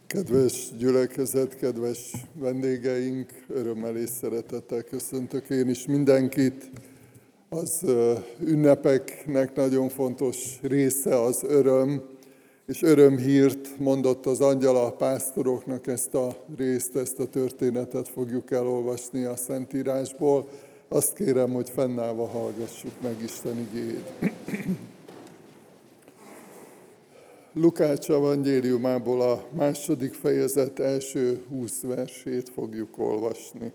Kedves gyülekezet, kedves vendégeink, örömmel és szeretettel köszöntök én is mindenkit. Az ünnepeknek nagyon fontos része az öröm, és örömhírt mondott az angyal a pásztoroknak. Ezt a részt, ezt a történetet fogjuk elolvasni a Szentírásból. Azt kérem, hogy fennállva hallgassuk meg Isten igéjét. Lukács evangéliumából a 2. fejezet első 20 versét fogjuk olvasni.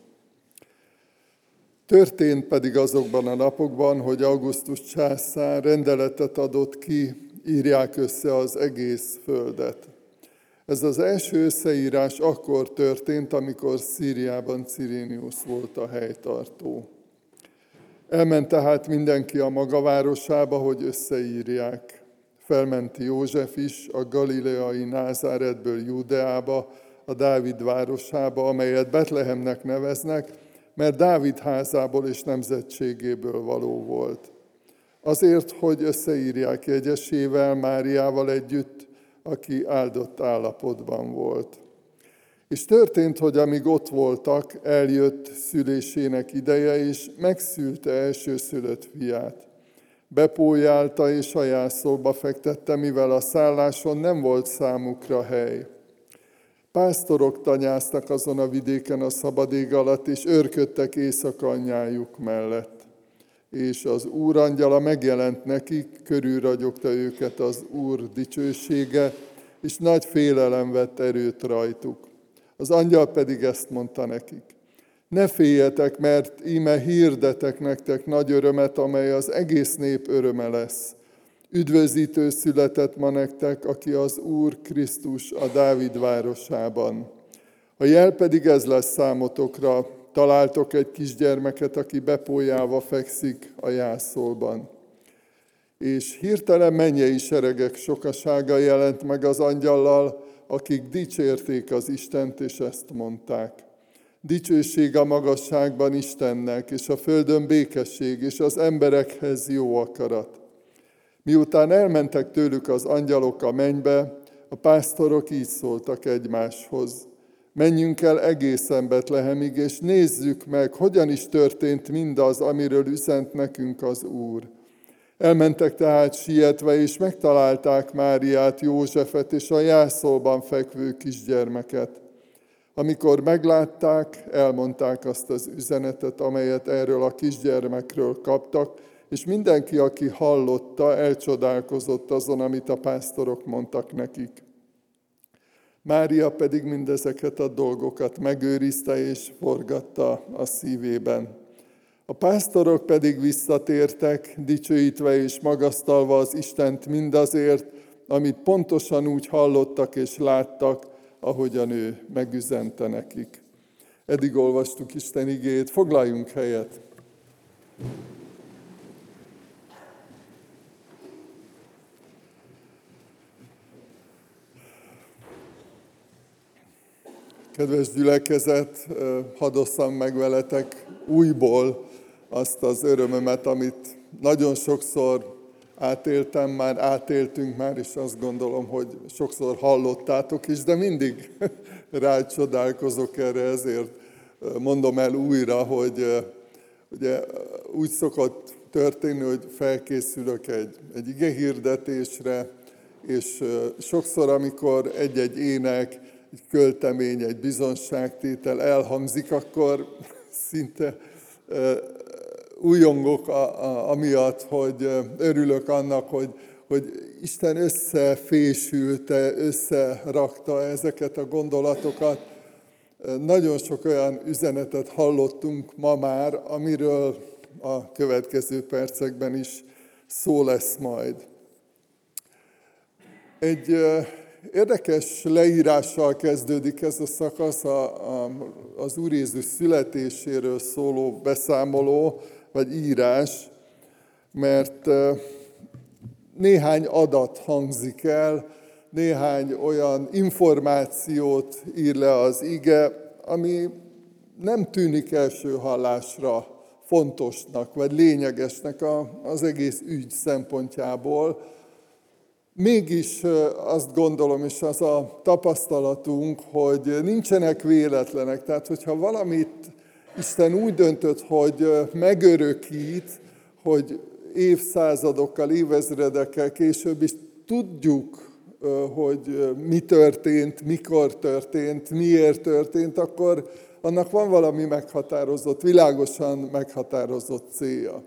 Történt pedig azokban a napokban, hogy Augustus császár rendeletet adott ki, írják össze az egész földet. Ez az első összeírás akkor történt, amikor Szíriában Cirienius volt a helytartó. Elment tehát mindenki a maga városába, hogy összeírják. Felment József is a galileai Názáretből Júdeába, a Dávid városába, amelyet Betlehemnek neveznek, mert Dávid házából és nemzetségéből való volt. Azért, hogy összeírják jegyesével, Máriával együtt, aki áldott állapotban volt. És történt, hogy amíg ott voltak, eljött szülésének ideje, és megszülte elsőszülött fiát. Bepójálta és a jászolba fektette, mivel a szálláson nem volt számukra hely. Pásztorok tanyáztak azon a vidéken a szabad ég alatt, és őrködtek éjszaka anyjájuk mellett. És az Úr angyala megjelent nekik, körülragyogta őket az Úr dicsősége, és nagy félelem vett erőt rajtuk. Az angyal pedig ezt mondta nekik: ne féljetek, mert íme hirdetek nektek nagy örömet, amely az egész nép öröme lesz. Üdvözítő született ma nektek, aki az Úr Krisztus a Dávid városában. A jel pedig ez lesz számotokra: találtok egy kisgyermeket, aki bepójálva fekszik a jászolban. És hirtelen mennyei seregek sokasága jelent meg az angyallal, akik dicsérték az Istent, és ezt mondták: dicsőség a magasságban Istennek, és a földön békesség, és az emberekhez jó akarat. Miután elmentek tőlük az angyalok a mennybe, a pásztorok így szóltak egymáshoz: menjünk el egészen Betlehemig, és nézzük meg, hogyan is történt mindaz, amiről üzent nekünk az Úr. Elmentek tehát sietve, és megtalálták Máriát, Józsefet és a jászolban fekvő kisgyermeket. Amikor meglátták, elmondták azt az üzenetet, amelyet erről a kisgyermekről kaptak, és mindenki, aki hallotta, elcsodálkozott azon, amit a pásztorok mondtak nekik. Mária pedig mindezeket a dolgokat megőrizte és forgatta a szívében. A pásztorok pedig visszatértek, dicsőítve és magasztalva az Istent mindazért, amit pontosan úgy hallottak és láttak, ahogyan ő megüzente nekik. Eddig olvastuk Isten igéjét, foglaljunk helyet. Kedves gyülekezet, hadd osszam meg veletek újból azt az örömömet, amit nagyon sokszor átéltünk már, és azt gondolom, hogy sokszor hallottátok is, de mindig rácsodálkozok erre, ezért mondom el újra, hogy ugye úgy szokott történni, hogy felkészülök egy igehirdetésre, és sokszor, amikor egy-egy ének, egy költemény, egy bizonságtétel elhangzik, akkor szinte újongok amiatt, hogy örülök annak, hogy Isten összefésülte, összerakta ezeket a gondolatokat. Nagyon sok olyan üzenetet hallottunk ma már, amiről a következő percekben is szó lesz majd. Egy érdekes leírással kezdődik ez a szakasz, az Úr Jézus születéséről szóló beszámoló, vagy írás, mert néhány adat hangzik el, néhány olyan információt ír le az ige, ami nem tűnik első hallásra fontosnak, vagy lényegesnek az egész ügy szempontjából, Mégis azt gondolom, és az a tapasztalatunk, hogy nincsenek véletlenek. Tehát, hogyha valamit Isten úgy döntött, hogy megörökít, hogy évszázadokkal, évezredekkel később is tudjuk, hogy mi történt, mikor történt, miért történt, akkor annak van valami meghatározott, világosan meghatározott célja.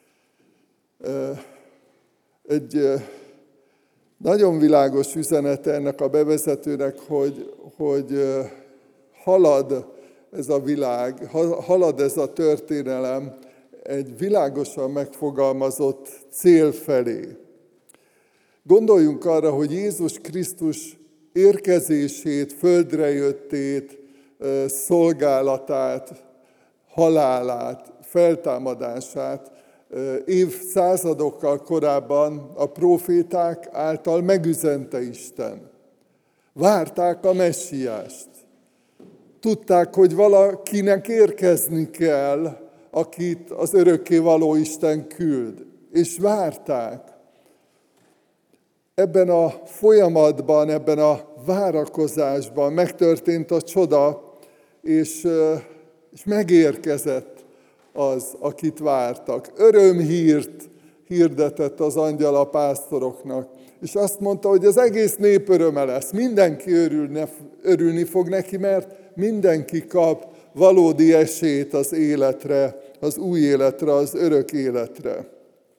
Egy nagyon világos üzenete ennek a bevezetőnek, hogy halad ez a világ, halad ez a történelem egy világosan megfogalmazott cél felé. Gondoljunk arra, hogy Jézus Krisztus érkezését, földre jöttét, szolgálatát, halálát, feltámadását évszázadokkal korábban a próféták által megüzente Isten. Várták a messiást. Tudták, hogy valakinek érkezni kell, akit az örökkévaló Isten küld. És várták. Ebben a folyamatban, ebben a várakozásban megtörtént a csoda, és megérkezett az, akit vártak. Örömhírt hirdetett az angyal a pásztoroknak, és azt mondta, hogy az egész nép öröme lesz. Mindenki örülni fog neki, mert mindenki kap valódi esélyt az életre, az új életre, az örök életre.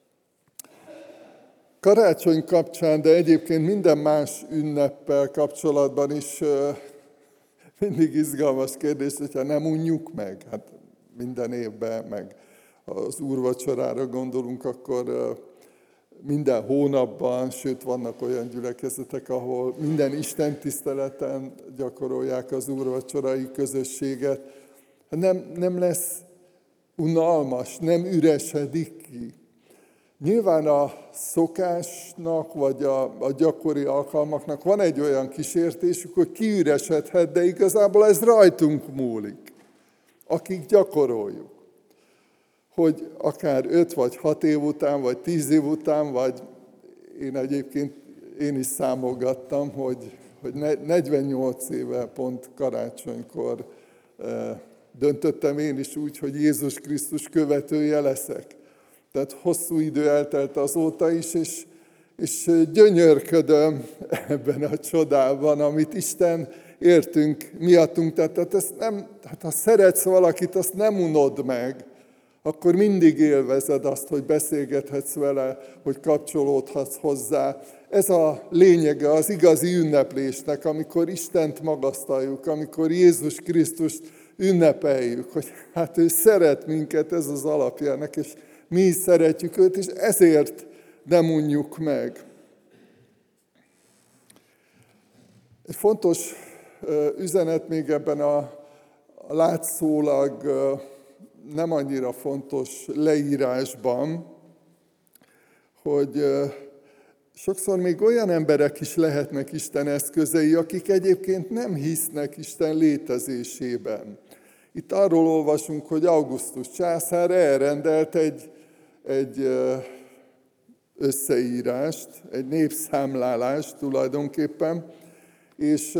Karácsony kapcsán, de egyébként minden más ünneppel kapcsolatban is mindig izgalmas kérdés, hogyha nem unjuk meg. Hát minden évben, meg az úrvacsorára gondolunk, akkor minden hónapban, sőt vannak olyan gyülekezetek, ahol minden istentiszteleten gyakorolják az úrvacsorai közösséget. Nem lesz unalmas, nem üresedik ki. Nyilván a szokásnak, vagy a gyakori alkalmaknak van egy olyan kísértésük, hogy kiüresedhet, de igazából ez rajtunk múlik, akik gyakoroljuk. Hogy akár 5 vagy 6 év után, vagy 10 év után, vagy én is számolgattam, hogy 48 éve pont karácsonykor döntöttem én is úgy, hogy Jézus Krisztus követője leszek. Tehát hosszú idő eltelt azóta is, és gyönyörködöm ebben a csodában, amit Isten értünk, miattunk. Tehát ha szeretsz valakit, azt nem unod meg, akkor mindig élvezed azt, hogy beszélgethetsz vele, hogy kapcsolódhatsz hozzá. Ez a lényege az igazi ünneplésnek, amikor Istent magasztaljuk, amikor Jézus Krisztust ünnepeljük, hogy hát ő szeret minket, ez az alapjának, és mi is szeretjük őt, és ezért nem unjuk meg. Egy fontos üzenet még ebben a látszólag nem annyira fontos leírásban, hogy sokszor még olyan emberek is lehetnek Isten eszközei, akik egyébként nem hisznek Isten létezésében. Itt arról olvasunk, hogy Augustus császár elrendelt egy összeírást, egy népszámlálást tulajdonképpen, és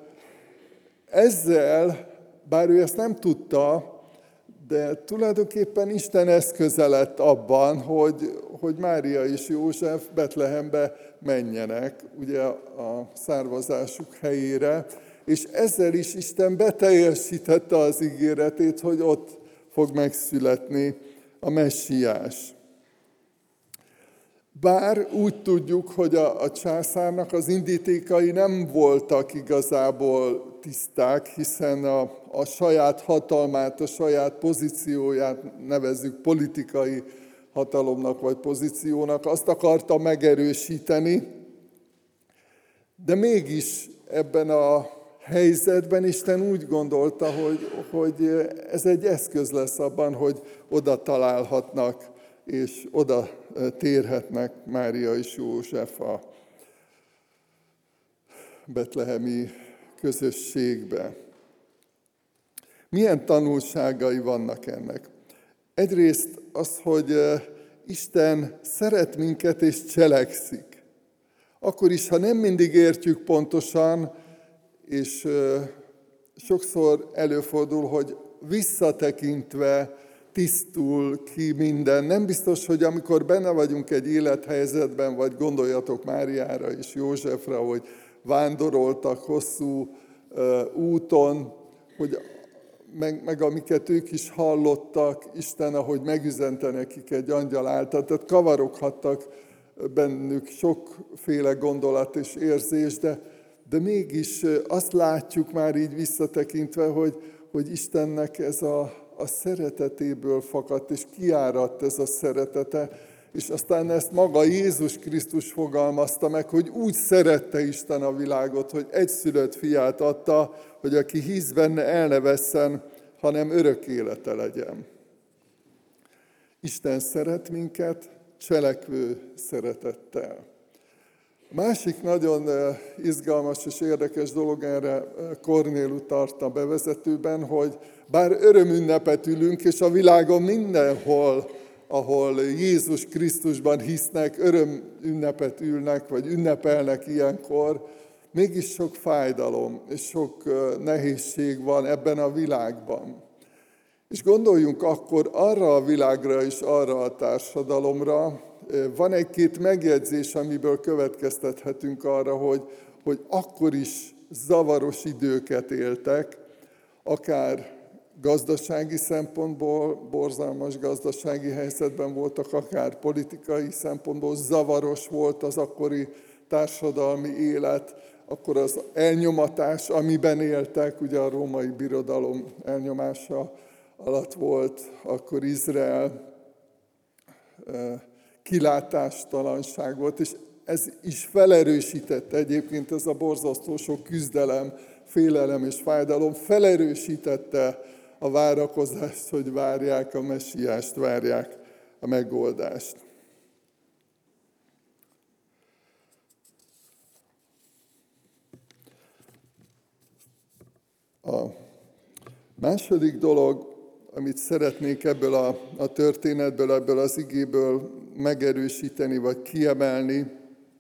ezzel, bár ő ezt nem tudta, de tulajdonképpen Isten eszköze lett abban, hogy Mária és József Betlehembe menjenek, ugye a származásuk helyére, és ezzel is Isten beteljesítette az ígéretét, hogy ott fog megszületni a messiás. Bár úgy tudjuk, hogy a császárnak az indítékai nem voltak igazából tiszták, hiszen a saját hatalmát, a saját pozícióját nevezzük politikai hatalomnak vagy pozíciónak, azt akarta megerősíteni, de mégis ebben a helyzetben Isten úgy gondolta, hogy ez egy eszköz lesz abban, hogy oda találhatnak, és oda térhetnek Mária és József a betlehemi közösségbe. Milyen tanulságai vannak ennek? Egyrészt az, hogy Isten szeret minket és cselekszik. Akkor is, ha nem mindig értjük pontosan, és sokszor előfordul, hogy visszatekintve tisztul ki minden. Nem biztos, hogy amikor benne vagyunk egy élethelyzetben, vagy gondoljatok Máriára és Józsefre, hogy vándoroltak hosszú úton, hogy meg amiket ők is hallottak, Isten, ahogy megüzente nekik egy angyal által, tehát kavaroghattak bennük sokféle gondolat és érzés, de mégis azt látjuk már így visszatekintve, hogy Istennek ez a szeretetéből fakadt, és kiáradt ez a szeretete, és aztán ezt maga Jézus Krisztus fogalmazta meg, hogy úgy szerette Isten a világot, hogy egyszülött fiát adta, hogy aki hisz benne, el ne vesszen, hanem örök élete legyen. Isten szeret minket cselekvő szeretettel. Másik nagyon izgalmas és érdekes dolog, erre Kornél utalt a bevezetőben, hogy bár örömünnepet ülünk, és a világon mindenhol, ahol Jézus Krisztusban hisznek, örömünnepet ülnek, vagy ünnepelnek ilyenkor, mégis sok fájdalom és sok nehézség van ebben a világban. És gondoljunk akkor arra a világra és arra a társadalomra. Van egy-két megjegyzés, amiből következtethetünk arra, hogy akkor is zavaros időket éltek, akár gazdasági szempontból borzalmas gazdasági helyzetben voltak, akár politikai szempontból zavaros volt az akkori társadalmi élet, akkor az elnyomatás, amiben éltek, ugye a római birodalom elnyomása alatt volt, akkor Izrael, kilátástalanság volt, és ez is felerősítette egyébként, ez a borzasztó sok küzdelem, félelem és fájdalom felerősítette a várakozást, hogy várják a messiást, várják a megoldást. A második dolog, amit szeretnék ebből a történetből, ebből az igéből megerősíteni, vagy kiemelni,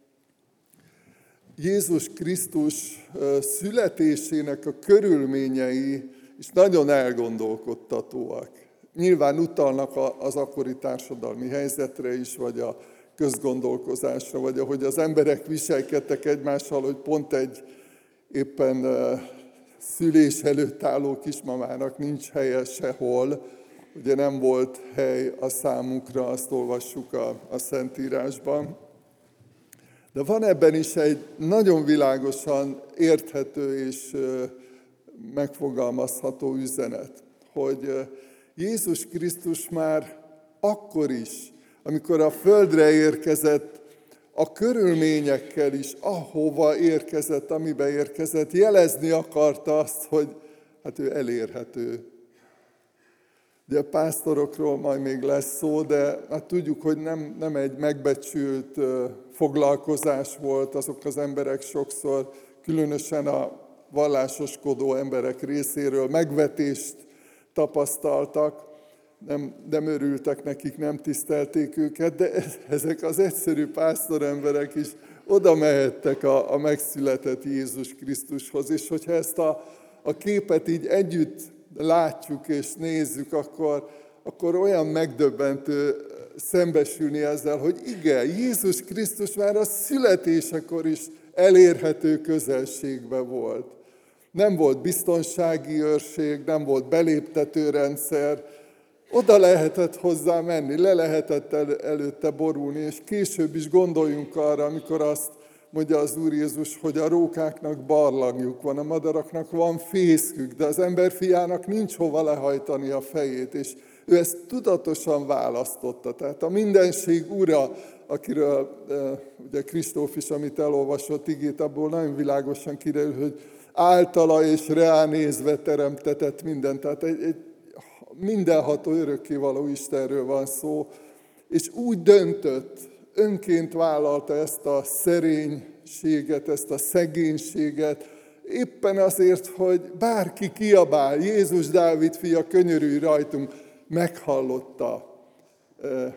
Jézus Krisztus születésének a körülményei is nagyon elgondolkodtatóak. Nyilván utalnak az akkori társadalmi helyzetre is, vagy a közgondolkozásra, vagy ahogy az emberek viselkedtek egymással, hogy pont egy éppen szülés előtt álló kismamának nincs helye sehol, ugye nem volt hely a számukra, azt olvassuk a Szentírásban. De van ebben is egy nagyon világosan érthető és megfogalmazható üzenet, hogy Jézus Krisztus már akkor is, amikor a földre érkezett, a körülményekkel is, ahova érkezett, amibe érkezett, jelezni akarta azt, hogy hát ő elérhető. Ugye a pásztorokról majd még lesz szó, de hát tudjuk, hogy nem egy megbecsült foglalkozás volt, azok az emberek sokszor, különösen a vallásoskodó emberek részéről megvetést tapasztaltak, nem örültek nekik, nem tisztelték őket, de ezek az egyszerű pásztoremberek is oda mehettek a megszületett Jézus Krisztushoz, és hogyha ezt a képet így együtt látjuk és nézzük, akkor olyan megdöbbentő szembesülni ezzel, hogy igen, Jézus Krisztus már a születésekor is elérhető közelségben volt. Nem volt biztonsági őrség, nem volt beléptető rendszer, oda lehetett hozzá menni, le lehetett előtte borulni, és később is gondoljunk arra, amikor azt mondja az Úr Jézus, hogy a rókáknak barlangjuk van, a madaraknak van fészkük, de az emberfiának nincs hova lehajtani a fejét, és ő ezt tudatosan választotta. Tehát a mindenség ura, akiről ugye Kristóf is, amit elolvasott igét, abból nagyon világosan kiderül, hogy általa és ránézve teremtetett mindent. Tehát egy mindenható örökkévaló Istenről van szó, és úgy döntött, önként vállalta ezt a szerénységet, ezt a szegénységet, éppen azért, hogy bárki kiabál, Jézus Dávid fia, könyörülj rajtunk, meghallotta.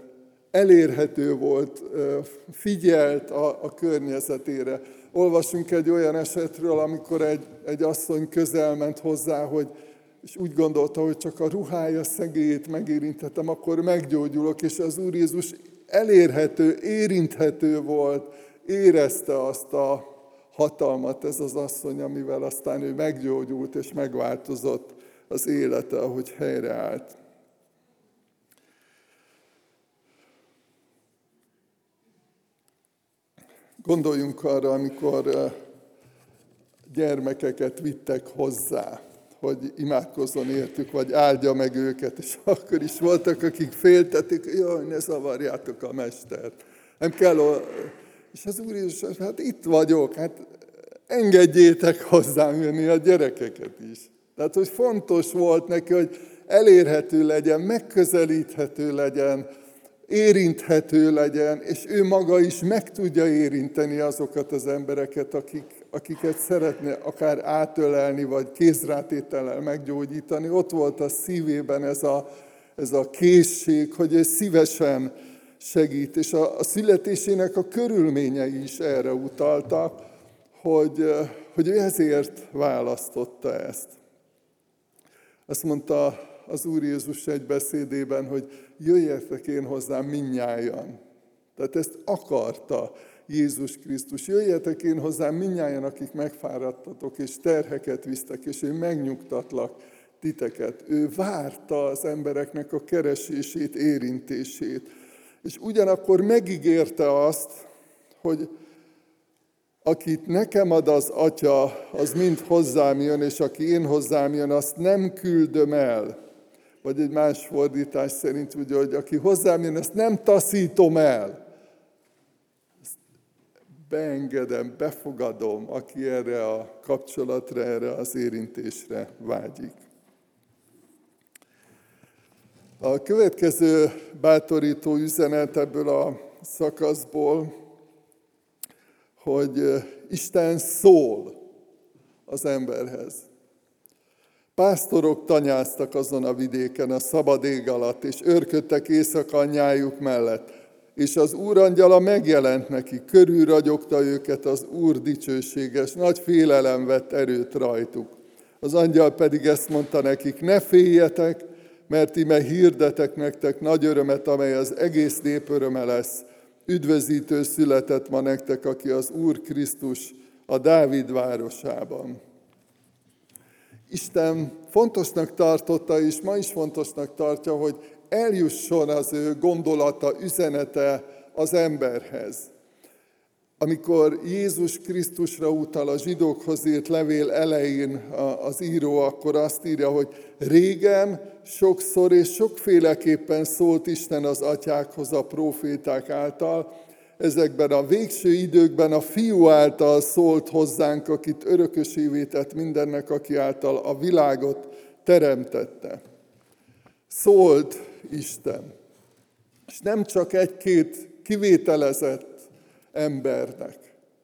elérhető volt, figyelt a környezetére. Olvasunk egy olyan esetről, amikor egy asszony közel ment hozzá, és úgy gondolta, hogy csak a ruhája szegélyét megérinthetem, akkor meggyógyulok, és az Úr Jézus elérhető, érinthető volt, érezte azt a hatalmat ez az asszony, amivel aztán ő meggyógyult, és megváltozott az élete, ahogy helyreállt. Gondoljunk arra, amikor gyermekeket vittek hozzá, hogy imádkozzon értük, vagy áldja meg őket, és akkor is voltak, akik féltették, jaj, ne zavarjátok a mestert. Nem kell, és az Úr Jézus, hát itt vagyok, hát engedjétek hozzám jönni a gyerekeket is. Tehát, hogy fontos volt neki, hogy elérhető legyen, megközelíthető legyen, érinthető legyen, és ő maga is meg tudja érinteni azokat az embereket, akiket szeretne akár átölelni, vagy kézrátétellel meggyógyítani. Ott volt a szívében ez a készség, hogy ő szívesen segít, és a születésének a körülményei is erre utaltak, hogy ő ezért választotta ezt. Azt mondta az Úr Jézus egy beszédében, hogy jöjjetek én hozzám mindnyájan. Tehát ezt akarta Jézus Krisztus. Jöjjetek én hozzám mindnyájan, akik megfáradtatok, és terheket visztek, és én megnyugtatlak titeket. Ő várta az embereknek a keresését, érintését. És ugyanakkor megígérte azt, hogy akit nekem ad az Atya, az mind hozzám jön, és aki én hozzám jön, azt nem küldöm el. Vagy egy más fordítás szerint úgy, hogy aki hozzám jön, azt nem taszítom el. Ezt beengedem, befogadom, aki erre a kapcsolatra, erre az érintésre vágyik. A következő bátorító üzenet ebből a szakaszból, hogy Isten szól az emberhez. Pásztorok tanyáztak azon a vidéken a szabad ég alatt, és őrködtek éjszaka anyjájuk mellett. És az Úr angyala megjelent neki, körülragyogta őket az Úr dicsőséges, nagy félelem vett erőt rajtuk. Az angyal pedig ezt mondta nekik, ne féljetek, mert íme hirdetek nektek nagy örömet, amely az egész nép öröme lesz. Üdvözítő született ma nektek, aki az Úr Krisztus a Dávid városában. Isten fontosnak tartotta, és ma is fontosnak tartja, hogy eljusson az ő gondolata, üzenete az emberhez. Amikor Jézus Krisztusra utal a zsidókhoz írt levél elején az író, akkor azt írja, hogy régen sokszor és sokféleképpen szólt Isten az atyákhoz a próféták által, ezekben a végső időkben a Fiú által szólt hozzánk, akit örökösévé tett mindennek, aki által a világot teremtette. Szólt Isten. És nem csak egy-két kivételezett embernek.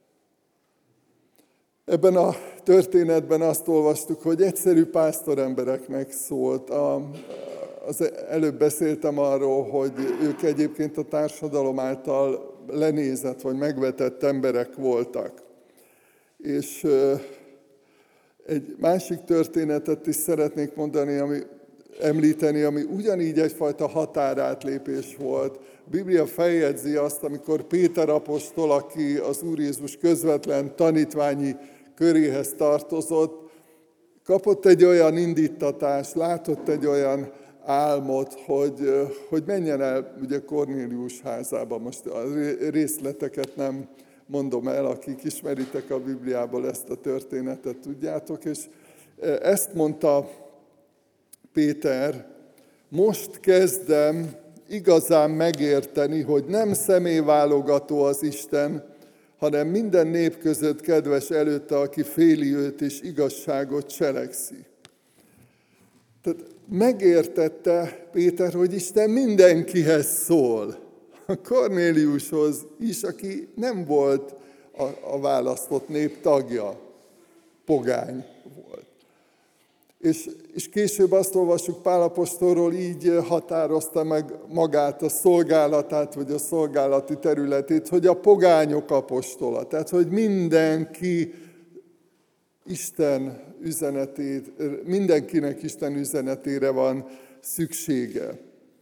Ebben a történetben azt olvastuk, hogy egyszerű pásztorembereknek szólt. Előbb beszéltem arról, hogy ők egyébként a társadalom által lenézett vagy megvetett emberek voltak. És egy másik történetet is szeretnék említeni, ami ugyanígy egyfajta határátlépés volt. A Biblia feljegyzi azt, amikor Péter apostol, aki az Úr Jézus közvetlen tanítványi köréhez tartozott, kapott egy olyan indíttatást, látott egy olyan álmot, hogy menjen el ugye Kornélius házába. Most a részleteket nem mondom el, akik ismeritek a Bibliából ezt a történetet, tudjátok, és ezt mondta Péter, most kezdem igazán megérteni, hogy nem személyválogató az Isten, hanem minden nép között kedves előtte, aki féli őt és igazságot cselekszi. Tehát megértette Péter, hogy Isten mindenkihez szól. A Kornéliushoz is, aki nem volt a választott nép tagja, pogány volt. És később azt olvassuk, Pál apostolról így határozta meg magát, a szolgálatát, vagy a szolgálati területét, hogy a pogányok apostola. Tehát, hogy mindenki Isten üzenetét, mindenkinek Isten üzenetére van szüksége.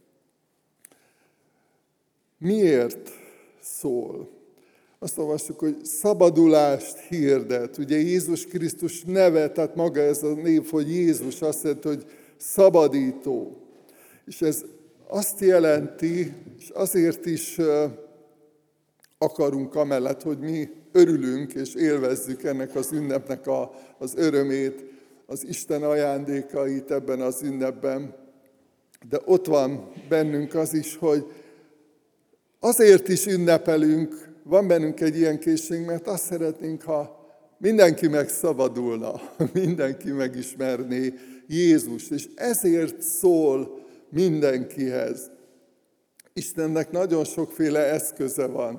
Miért szól? Azt olvassuk, hogy szabadulást hirdet. Ugye Jézus Krisztus neve, tehát maga ez a név, hogy Jézus, azt jelenti, hogy szabadító. És ez azt jelenti, és azért is akarunk amellett, hogy mi örülünk és élvezzük ennek az ünnepnek az örömét, az Isten ajándékait ebben az ünnepben. De ott van bennünk az is, hogy azért is ünnepelünk, van bennünk egy ilyen készség, mert azt szeretnénk, ha mindenki megszabadulna, mindenki megismerné Jézust, és ezért szól mindenkihez. Istennek nagyon sokféle eszköze van.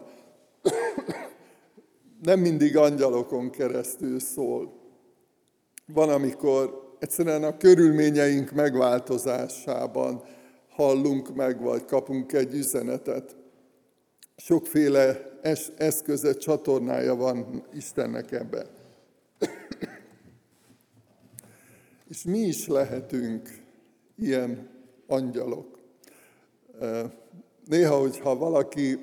Nem mindig angyalokon keresztül szól. Van, amikor egyszerűen a körülményeink megváltozásában hallunk meg, vagy kapunk egy üzenetet. Sokféle eszköze, csatornája van Istennek ebben. És mi is lehetünk ilyen angyalok. Néha, hogyha valaki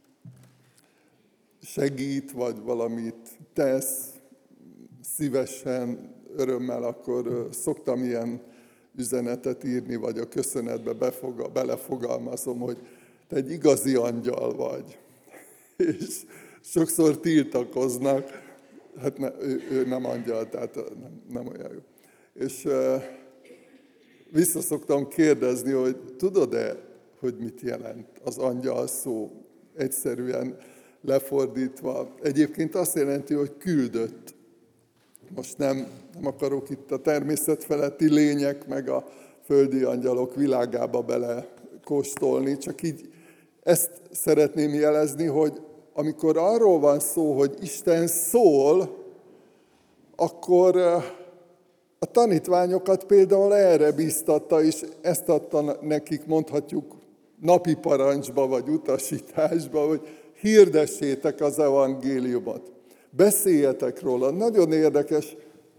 segít, vagy valamit tesz, szívesen, örömmel, akkor szoktam ilyen üzenetet írni, vagy a köszönetbe belefogalmazom, hogy te egy igazi angyal vagy. És sokszor tiltakoznak, hát ő nem angyal, tehát nem olyan jó. És vissza szoktam kérdezni, hogy tudod-e, hogy mit jelent az angyal szó? Egyszerűen lefordítva. Egyébként azt jelenti, hogy küldött. Most nem akarok itt a természetfeletti lények, meg a földi angyalok világába belekóstolni, csak így ezt szeretném jelezni, hogy amikor arról van szó, hogy Isten szól, akkor a tanítványokat például erre bíztatta, és ezt adta nekik, mondhatjuk, napi parancsba, vagy utasításba, hogy hirdessétek az evangéliumot. Beszéljetek róla. Nagyon érdekes,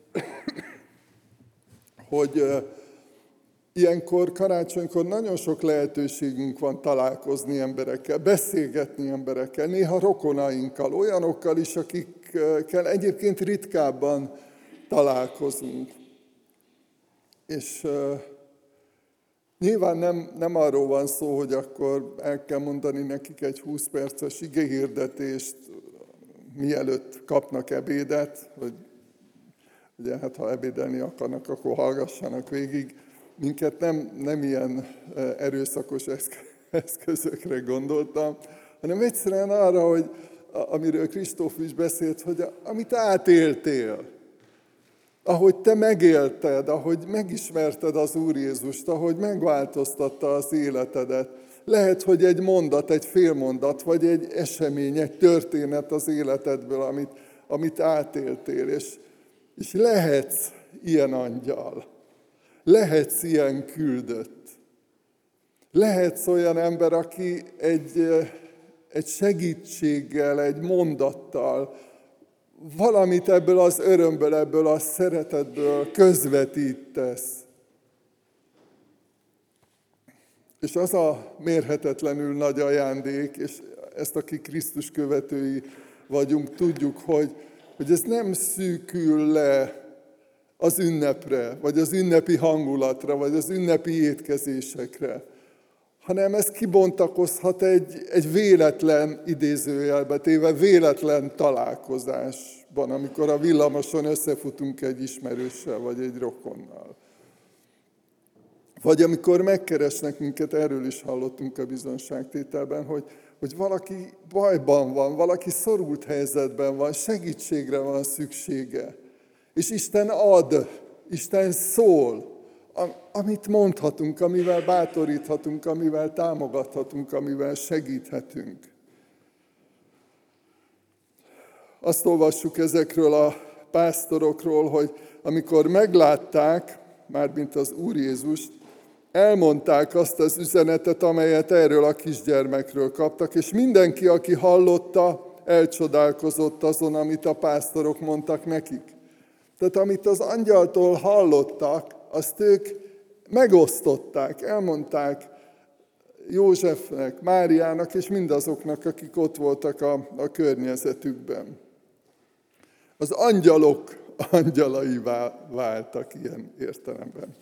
hogy ilyenkor, karácsonykor nagyon sok lehetőségünk van találkozni emberekkel, beszélgetni emberekkel, néha rokonainkkal, olyanokkal is, akikkel egyébként ritkábban találkozunk. És nyilván nem arról van szó, hogy akkor el kell mondani nekik egy 20 perces igehirdetést, mielőtt kapnak ebédet, hogy ugye, hát ha ebédelni akarnak, akkor hallgassanak végig. Minket nem ilyen erőszakos eszközökre gondoltam, hanem egyszerűen arra, hogy amiről Kristóf is beszélt, hogy amit átéltél, ahogy te megélted, ahogy megismerted az Úr Jézust, ahogy megváltoztatta az életedet. Lehet, hogy egy mondat, egy félmondat, vagy egy esemény, egy történet az életedből, amit átéltél, és lehetsz ilyen angyal. Lehetsz ilyen küldött. Lehetsz olyan ember, aki egy segítséggel, egy mondattal, valamit ebből az örömből, ebből a szeretetből közvetítesz. És az a mérhetetlenül nagy ajándék, és ezt, akik Krisztus követői vagyunk, tudjuk, hogy ez nem szűkül le az ünnepre, vagy az ünnepi hangulatra, vagy az ünnepi étkezésekre, hanem ez kibontakozhat egy véletlen, idézőjelbe téve, véletlen találkozásban, amikor a villamoson összefutunk egy ismerőssel, vagy egy rokonnal. Vagy amikor megkeresnek minket, erről is hallottunk a bizonságtételben, hogy valaki bajban van, valaki szorult helyzetben van, segítségre van szüksége. És Isten ad, Isten szól, amit mondhatunk, amivel bátoríthatunk, amivel támogathatunk, amivel segíthetünk. Azt olvassuk ezekről a pásztorokról, hogy amikor meglátták, mármint az Úr Jézust, elmondták azt az üzenetet, amelyet erről a kisgyermekről kaptak, és mindenki, aki hallotta, elcsodálkozott azon, amit a pásztorok mondtak nekik. Tehát amit az angyaltól hallottak, azt ők megosztották, elmondták Józsefnek, Máriának és mindazoknak, akik ott voltak a környezetükben. Az angyalok angyalaivá váltak ilyen értelemben.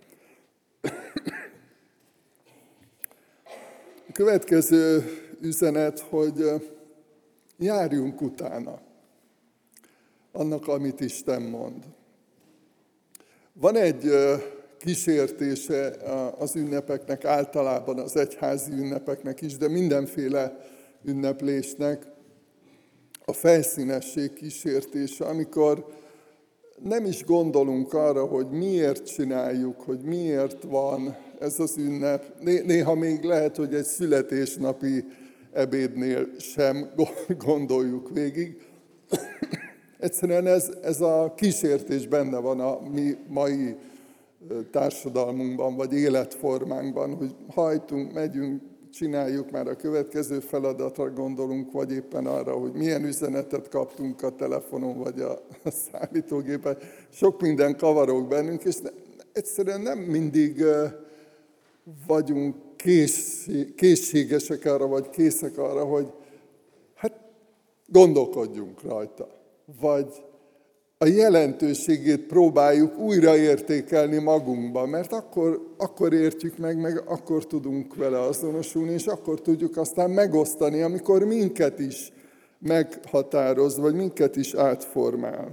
A következő üzenet, hogy járjunk utána annak, amit Isten mond. Van egy kísértése az ünnepeknek, általában az egyházi ünnepeknek is, de mindenféle ünneplésnek a felszínesség kísértése, amikor nem is gondolunk arra, hogy miért csináljuk, hogy miért van ez az ünnep. Néha még lehet, hogy egy születésnapi ebédnél sem gondoljuk végig. Egyszerűen ez a kísértés benne van a mi mai társadalmunkban, vagy életformánkban, hogy hajtunk, megyünk, csináljuk, már a következő feladatra gondolunk, vagy éppen arra, hogy milyen üzenetet kaptunk a telefonon, vagy a számítógépen. Sok minden kavarog bennünk, és egyszerűen nem mindig vagyunk készségesek arra, vagy készek arra, hogy hát gondolkodjunk rajta, vagy a jelentőségét próbáljuk újraértékelni magunkban, mert akkor értjük meg akkor tudunk vele azonosulni, és akkor tudjuk aztán megosztani, amikor minket is meghatároz, vagy minket is átformál.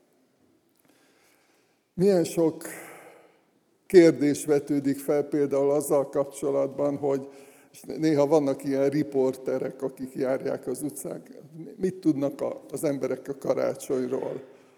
Milyen sok kérdés vetődik fel például azzal kapcsolatban, hogy néha vannak ilyen riporterek, akik járják az utcák. Mit tudnak az emberek a karácsonyról?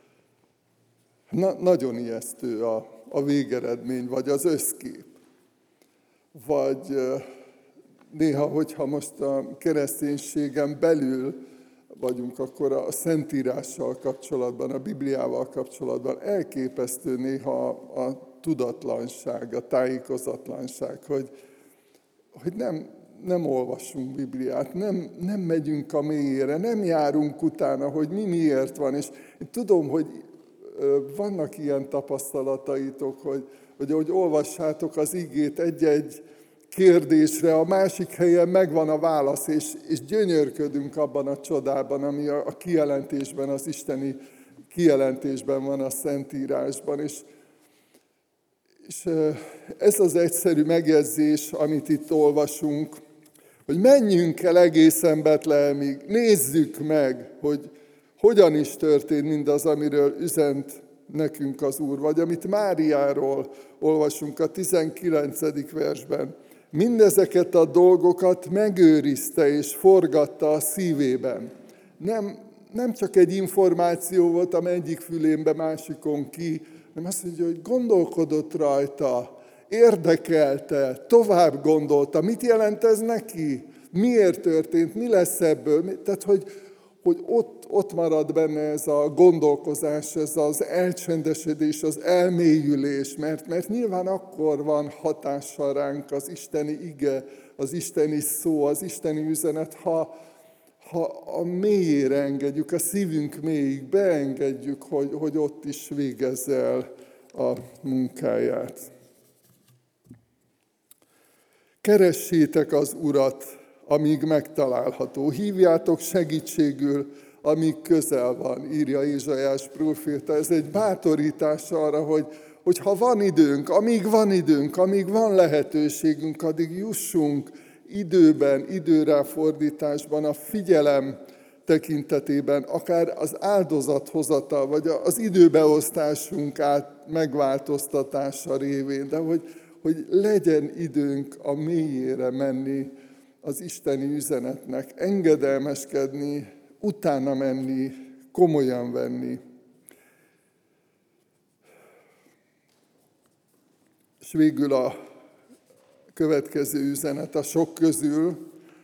Nagyon ijesztő a végeredmény, vagy az összkép. Vagy néha, hogyha most a kereszténységen belül vagyunk, akkor a Szentírással kapcsolatban, a Bibliával kapcsolatban elképesztő néha a tudatlanság, a tájékozatlanság, hogy nem olvassunk Bibliát, nem megyünk a mélyére, nem járunk utána, hogy miért van. És én tudom, hogy vannak ilyen tapasztalataitok, hogy ahogy olvassátok az igét egy-egy kérdésre, a másik helyen megvan a válasz, és gyönyörködünk abban a csodában, ami a kijelentésben, az isteni kijelentésben van a Szentírásban. És ez az egyszerű megjegyzés, amit itt olvasunk, hogy menjünk el egészen Betlehemig, nézzük meg, hogy hogyan is történt mindaz, amiről üzent nekünk az Úr, vagy amit Máriáról olvasunk a 19. versben. Mindezeket a dolgokat megőrizte és forgatta a szívében. Nem csak egy információ volt, amely egyik fülénbe, másikon ki, hanem azt mondja, hogy gondolkodott rajta, érdekelte, tovább gondolta. Mit jelent ez neki? Miért történt? Mi lesz ebből? Tehát, hogy ott marad benne ez a gondolkozás, ez az elcsendesedés, az elmélyülés, mert nyilván akkor van hatással ránk az isteni ige, az isteni szó, az isteni üzenet, ha a mélyére engedjük, a szívünk mélyig beengedjük, hogy ott is végezze el a munkáját. Keressétek az Urat, amíg megtalálható. Hívjátok segítségül, amíg közel van, írja Ézsaiás próféta. Ez egy bátorítás arra, hogy ha van időnk, amíg van lehetőségünk, addig jussunk időben, időráfordításban, a figyelem tekintetében, akár az áldozathozatal, vagy az időbeosztásunk megváltoztatása révén, de hogy legyen időnk a mélyére menni az isteni üzenetnek, engedelmeskedni, utána menni, komolyan venni. És végül a következő üzenet a sok közül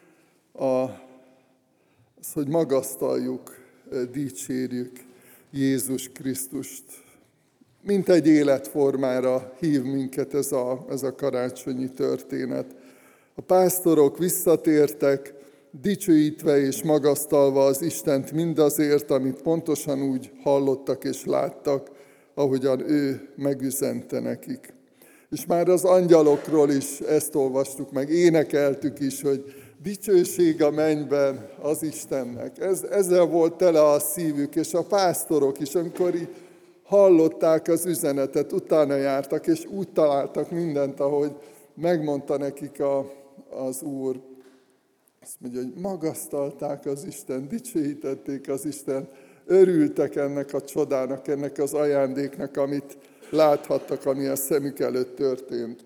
az, hogy magasztaljuk, dicsérjük Jézus Krisztust. mint egy életformára hív minket ez a karácsonyi történet. A pásztorok visszatértek, dicsőítve és magasztalva az Istent mindazért, amit pontosan úgy hallottak és láttak, ahogyan ő megüzente nekik. És már az angyalokról is ezt olvastuk meg, énekeltük is, hogy dicsőség a mennyben az Istennek. Ezzel volt tele a szívük, és a pásztorok is, amikor így hallották az üzenetet, utána jártak, és úgy találtak mindent, ahogy megmondta nekik az Úr. Azt mondja, hogy magasztalták az Isten, dicsőítették az Isten, örültek ennek a csodának, ennek az ajándéknak, amit láthattak, ami a szemük előtt történt.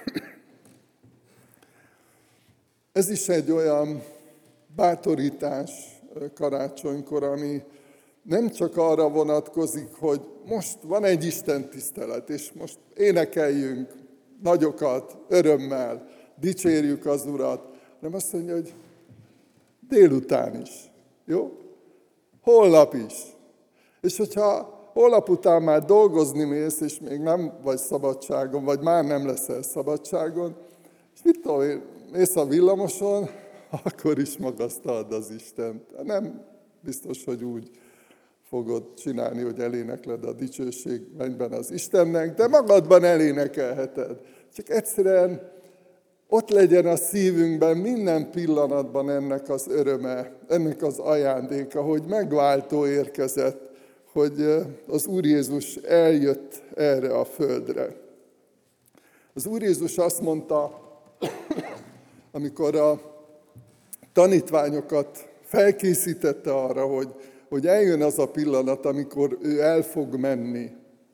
Ez is egy olyan bátorítás karácsonykor, ami nem csak arra vonatkozik, hogy most van egy Isten tisztelet, és most énekeljünk nagyokat, örömmel, dicsérjük az Urat, hanem azt mondja, hogy délután is, jó? Holnap is. És hogyha holnap után már dolgozni mész, és még nem vagy szabadságon, vagy már nem leszel szabadságon, és mit tudom én, mész a villamoson, akkor is magasztald az Istent. Nem biztos, hogy úgy fogod csinálni, hogy elénekled a dicsőség mennyben az Istennek, de magadban elénekelheted. Csak egyszerűen ott legyen a szívünkben minden pillanatban ennek az öröme, ennek az ajándéka, hogy megváltó érkezett, hogy az Úr Jézus eljött erre a földre. Az Úr Jézus azt mondta, amikor a tanítványokat felkészítette arra, hogy eljön az a pillanat, amikor ő el fog menni.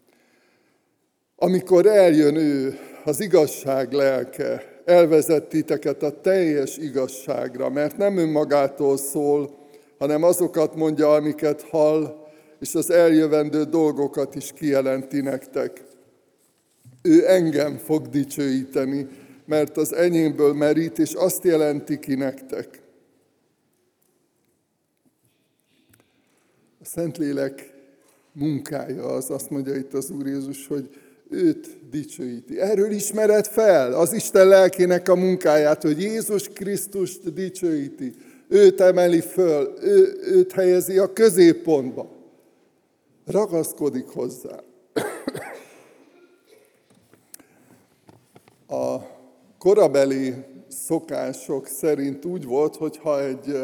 Amikor eljön ő, az igazság lelke, elvezet titeket a teljes igazságra, mert nem önmagától szól, hanem azokat mondja, amiket hall, és az eljövendő dolgokat is kijelenti nektek. Ő engem fog dicsőíteni, mert az enyémből merít, és azt jelenti ki nektek. A Szentlélek munkája az, azt mondja itt az Úr Jézus, hogy őt dicsőíti. Erről ismered fel az Isten lelkének a munkáját, hogy Jézus Krisztust dicsőíti. Őt emeli föl, őt helyezi a középpontba. Ragaszkodik hozzá. A korabeli szokások szerint úgy volt, hogyha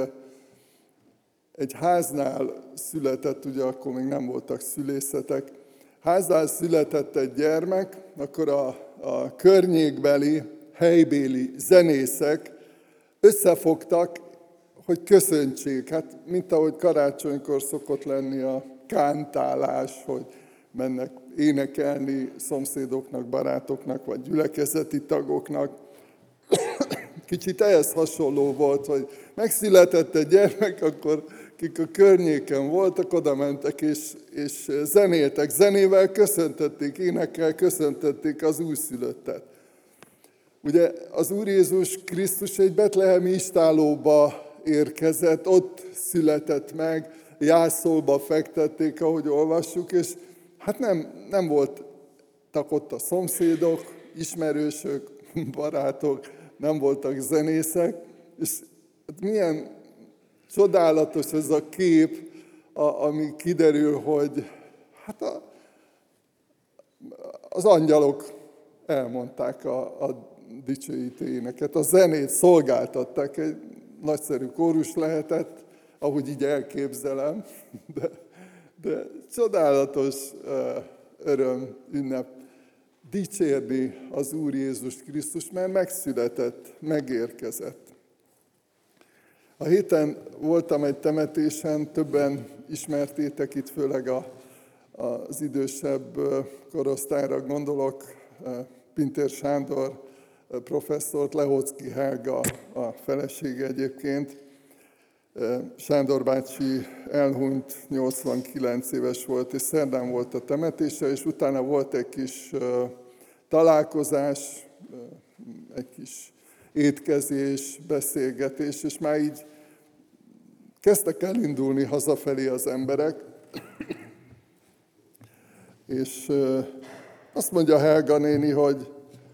egy háznál született, ugye akkor még nem voltak szülészetek, háznál született egy gyermek, akkor a környékbeli, helybéli zenészek összefogtak, hogy köszöntsék. Hát, mint ahogy karácsonykor szokott lenni a kántálás, hogy mennek énekelni szomszédoknak, barátoknak, vagy gyülekezeti tagoknak. Kicsit ehhez hasonló volt, hogy megszületett egy gyermek, akkor akik a környéken voltak, oda mentek és zenéltek. Zenével köszöntötték, énekkel köszöntötték az újszülöttet. Ugye az Úr Jézus Krisztus egy betlehemi istállóba érkezett, ott született meg, jászolba fektették, ahogy olvassuk, és hát nem voltak ott a szomszédok, ismerősök, barátok, nem voltak zenészek, és milyen csodálatos ez a kép, ami kiderül, hogy hát az angyalok elmondták a dicsőítő éneket, a zenét szolgáltatták, egy nagyszerű kórus lehetett, ahogy így elképzelem, de csodálatos öröm, ünnep dicsérni az Úr Jézus Krisztus, mert megszületett, megérkezett. A héten voltam egy temetésen, többen ismertétek itt, főleg az idősebb korosztályra gondolok, Pintér Sándor professzort, Lehocki Helga a felesége egyébként. Sándor bácsi elhunyt, 89 éves volt, és szerdán volt a temetése, és utána volt egy kis találkozás, egy kis étkezés, beszélgetés, és már így kezdtek elindulni hazafelé az emberek, És azt mondja Helga néni, hogy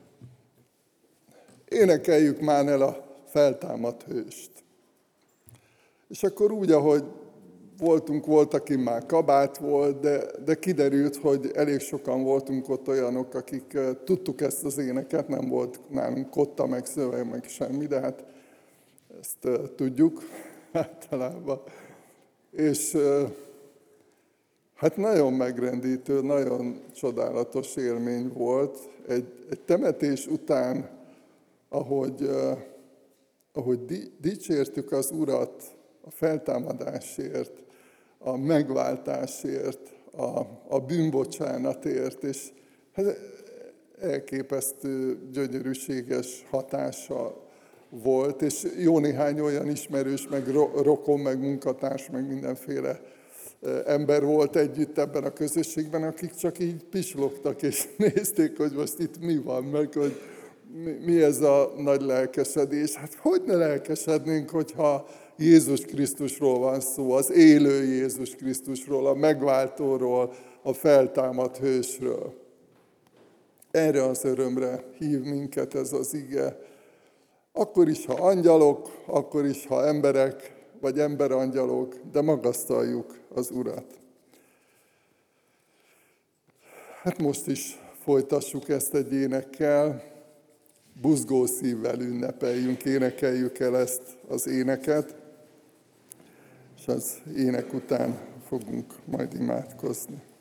énekeljük már el a feltámadt hőst. És akkor úgy, ahogy volt, aki már kabát volt, de kiderült, hogy elég sokan voltunk ott olyanok, akik tudtuk ezt az éneket, nem volt nálunk kotta, meg szöveg, meg semmi, de hát ezt tudjuk általában. És hát nagyon megrendítő, nagyon csodálatos élmény volt. Egy temetés után, ahogy dicsértük az Urat a feltámadásért, a megváltásért, a bűnbocsánatért, és hát elképesztő, gyönyörűséges hatása volt, és jó néhány olyan ismerős, meg rokon, meg munkatárs, meg mindenféle ember volt együtt ebben a közösségben, akik csak így pislogtak, és nézték, hogy most itt mi van, meg hogy mi ez a nagy lelkesedés. Hát hogy ne lelkesednénk, hogyha Jézus Krisztusról van szó, az élő Jézus Krisztusról, a megváltóról, a feltámadt hősről. Erre az örömre hív minket ez az ige. Akkor is, ha angyalok, akkor is, ha emberek, vagy emberangyalok, de magasztaljuk az Urat. Hát most is folytassuk ezt egy énekkel, buzgó szívvel ünnepeljünk, énekeljük el ezt az éneket, és az ének után fogunk majd imádkozni.